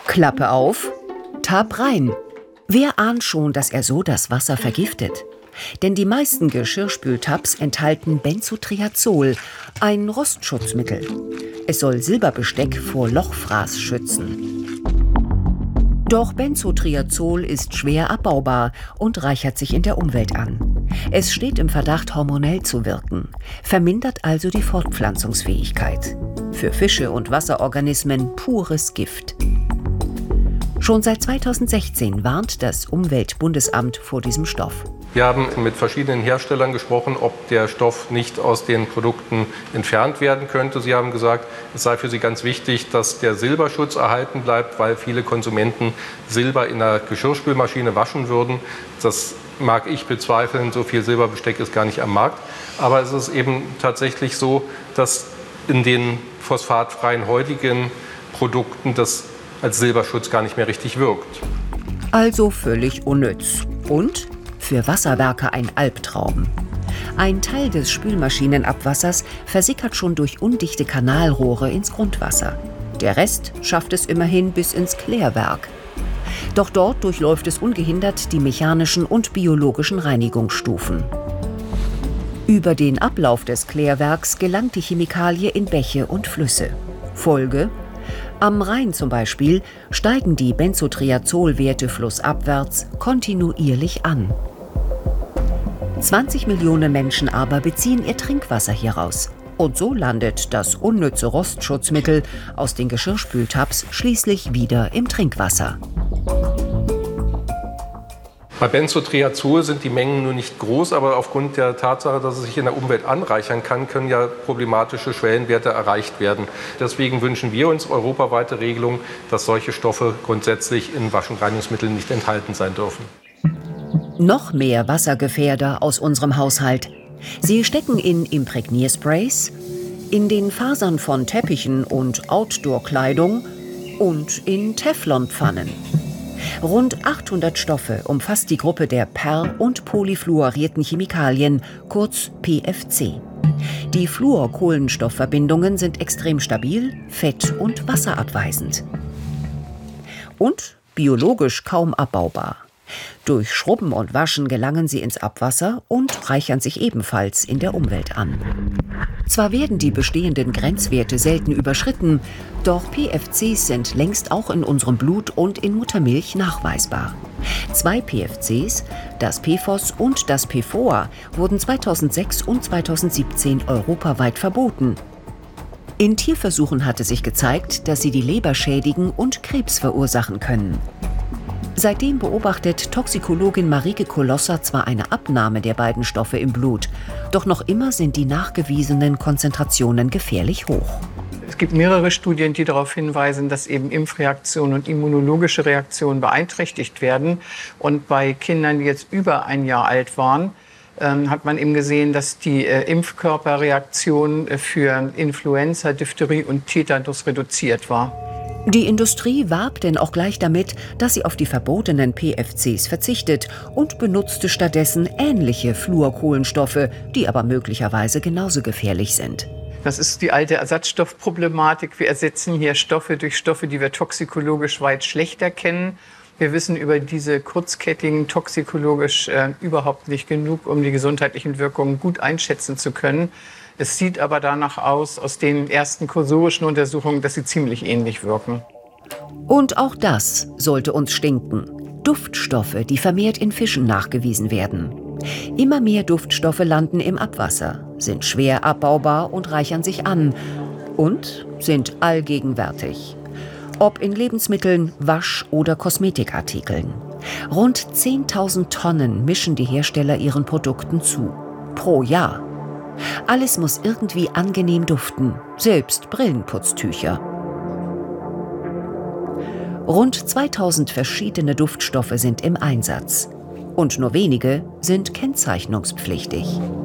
Klappe auf, Tab rein. Wer ahnt schon, dass er so das Wasser vergiftet? Denn die meisten Geschirrspültabs enthalten Benzotriazol, ein Rostschutzmittel. Es soll Silberbesteck vor Lochfraß schützen. Doch Benzotriazol ist schwer abbaubar und reichert sich in der Umwelt an. Es steht im Verdacht, hormonell zu wirken, vermindert also die Fortpflanzungsfähigkeit. Für Fische und Wasserorganismen pures Gift. Schon seit 2016 warnt das Umweltbundesamt vor diesem Stoff. Wir haben mit verschiedenen Herstellern gesprochen, ob der Stoff nicht aus den Produkten entfernt werden könnte. Sie haben gesagt, es sei für Sie ganz wichtig, dass der Silberschutz erhalten bleibt, weil viele Konsumenten Silber in der Geschirrspülmaschine waschen würden. Das mag ich bezweifeln, so viel Silberbesteck ist gar nicht am Markt. Aber es ist eben tatsächlich so, dass in den phosphatfreien heutigen Produkten das als Silberschutz gar nicht mehr richtig wirkt. Also völlig unnütz. Und für Wasserwerke ein Albtraum. Ein Teil des Spülmaschinenabwassers versickert schon durch undichte Kanalrohre ins Grundwasser. Der Rest schafft es immerhin bis ins Klärwerk. Doch dort durchläuft es ungehindert die mechanischen und biologischen Reinigungsstufen. Über den Ablauf des Klärwerks gelangt die Chemikalie in Bäche und Flüsse. Folge: Am Rhein zum Beispiel steigen die Benzotriazolwerte flussabwärts kontinuierlich an. 20 Millionen Menschen aber beziehen ihr Trinkwasser hieraus. Und so landet das unnütze Rostschutzmittel aus den Geschirrspültabs schließlich wieder im Trinkwasser. Bei Benzotriazol sind die Mengen nur nicht groß, aber aufgrund der Tatsache, dass es sich in der Umwelt anreichern kann, können ja problematische Schwellenwerte erreicht werden. Deswegen wünschen wir uns europaweite Regelungen, dass solche Stoffe grundsätzlich in Wasch- und Reinigungsmitteln nicht enthalten sein dürfen. Noch mehr Wassergefährder aus unserem Haushalt. Sie stecken in Imprägniersprays, in den Fasern von Teppichen und Outdoor-Kleidung und in Teflonpfannen. Rund 800 Stoffe umfasst die Gruppe der per- und polyfluorierten Chemikalien, kurz PFC. Die Fluorkohlenstoffverbindungen sind extrem stabil, fett- und wasserabweisend. Und biologisch kaum abbaubar. Durch Schrubben und Waschen gelangen sie ins Abwasser und reichern sich ebenfalls in der Umwelt an. Zwar werden die bestehenden Grenzwerte selten überschritten, doch PFCs sind längst auch in unserem Blut und in Muttermilch nachweisbar. 2 PFCs, das PFOS und das PFOA, wurden 2006 und 2017 europaweit verboten. In Tierversuchen hatte sich gezeigt, dass sie die Leber schädigen und Krebs verursachen können. Seitdem beobachtet Toxikologin Marieke Kolosser zwar eine Abnahme der beiden Stoffe im Blut, doch noch immer sind die nachgewiesenen Konzentrationen gefährlich hoch. Es gibt mehrere Studien, die darauf hinweisen, dass eben Impfreaktionen und immunologische Reaktionen beeinträchtigt werden. Und bei Kindern, die jetzt über ein Jahr alt waren, hat man eben gesehen, dass die Impfkörperreaktion für Influenza, Diphtherie und Tetanus reduziert war. Die Industrie warb denn auch gleich damit, dass sie auf die verbotenen PFCs verzichtet und benutzte stattdessen ähnliche Fluorkohlenstoffe, die aber möglicherweise genauso gefährlich sind. Das ist die alte Ersatzstoffproblematik. Wir ersetzen hier Stoffe durch Stoffe, die wir toxikologisch weit schlechter kennen. Wir wissen über diese kurzkettigen toxikologisch überhaupt nicht genug, um die gesundheitlichen Wirkungen gut einschätzen zu können. Es sieht aber danach aus den ersten kursorischen Untersuchungen, dass sie ziemlich ähnlich wirken. Und auch das sollte uns stinken. Duftstoffe, die vermehrt in Fischen nachgewiesen werden. Immer mehr Duftstoffe landen im Abwasser, sind schwer abbaubar und reichern sich an. Und sind allgegenwärtig. Ob in Lebensmitteln, Wasch- oder Kosmetikartikeln. Rund 10.000 Tonnen mischen die Hersteller ihren Produkten zu. Pro Jahr. Alles muss irgendwie angenehm duften, selbst Brillenputztücher. Rund 2000 verschiedene Duftstoffe sind im Einsatz. Und nur wenige sind kennzeichnungspflichtig.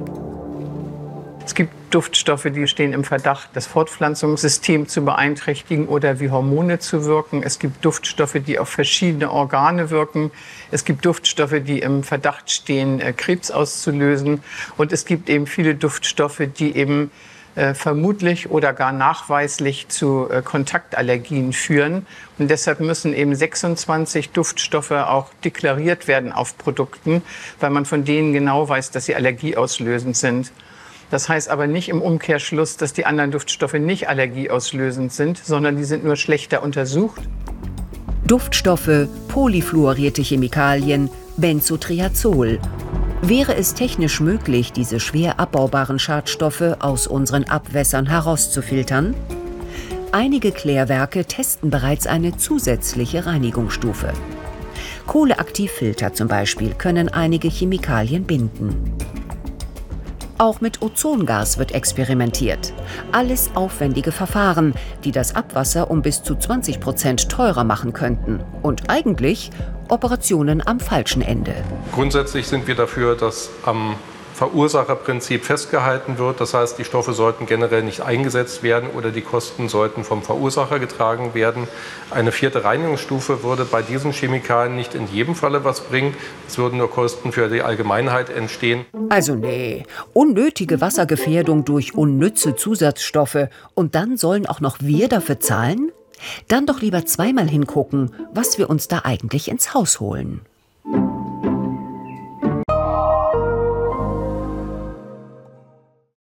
Es gibt Duftstoffe, die stehen im Verdacht, das Fortpflanzungssystem zu beeinträchtigen oder wie Hormone zu wirken. Es gibt Duftstoffe, die auf verschiedene Organe wirken. Es gibt Duftstoffe, die im Verdacht stehen, Krebs auszulösen. Und es gibt eben viele Duftstoffe, die eben vermutlich oder gar nachweislich zu Kontaktallergien führen. Und deshalb müssen eben 26 Duftstoffe auch deklariert werden auf Produkten, weil man von denen genau weiß, dass sie allergieauslösend sind. Das heißt aber nicht im Umkehrschluss, dass die anderen Duftstoffe nicht allergieauslösend sind, sondern die sind nur schlechter untersucht. Duftstoffe, polyfluorierte Chemikalien, Benzotriazol. Wäre es technisch möglich, diese schwer abbaubaren Schadstoffe aus unseren Abwässern herauszufiltern? Einige Klärwerke testen bereits eine zusätzliche Reinigungsstufe. Kohleaktivfilter zum Beispiel können einige Chemikalien binden. Auch mit Ozongas wird experimentiert. Alles aufwendige Verfahren, die das Abwasser um bis zu 20% teurer machen könnten. Und eigentlich Operationen am falschen Ende. Grundsätzlich sind wir dafür, dass am Verursacherprinzip festgehalten wird. Das heißt, die Stoffe sollten generell nicht eingesetzt werden oder die Kosten sollten vom Verursacher getragen werden. Eine 4. Reinigungsstufe würde bei diesen Chemikalien nicht in jedem Falle was bringen. Es würden nur Kosten für die Allgemeinheit entstehen. Also nee, unnötige Wassergefährdung durch unnütze Zusatzstoffe und dann sollen auch noch wir dafür zahlen? Dann doch lieber zweimal hingucken, was wir uns da eigentlich ins Haus holen.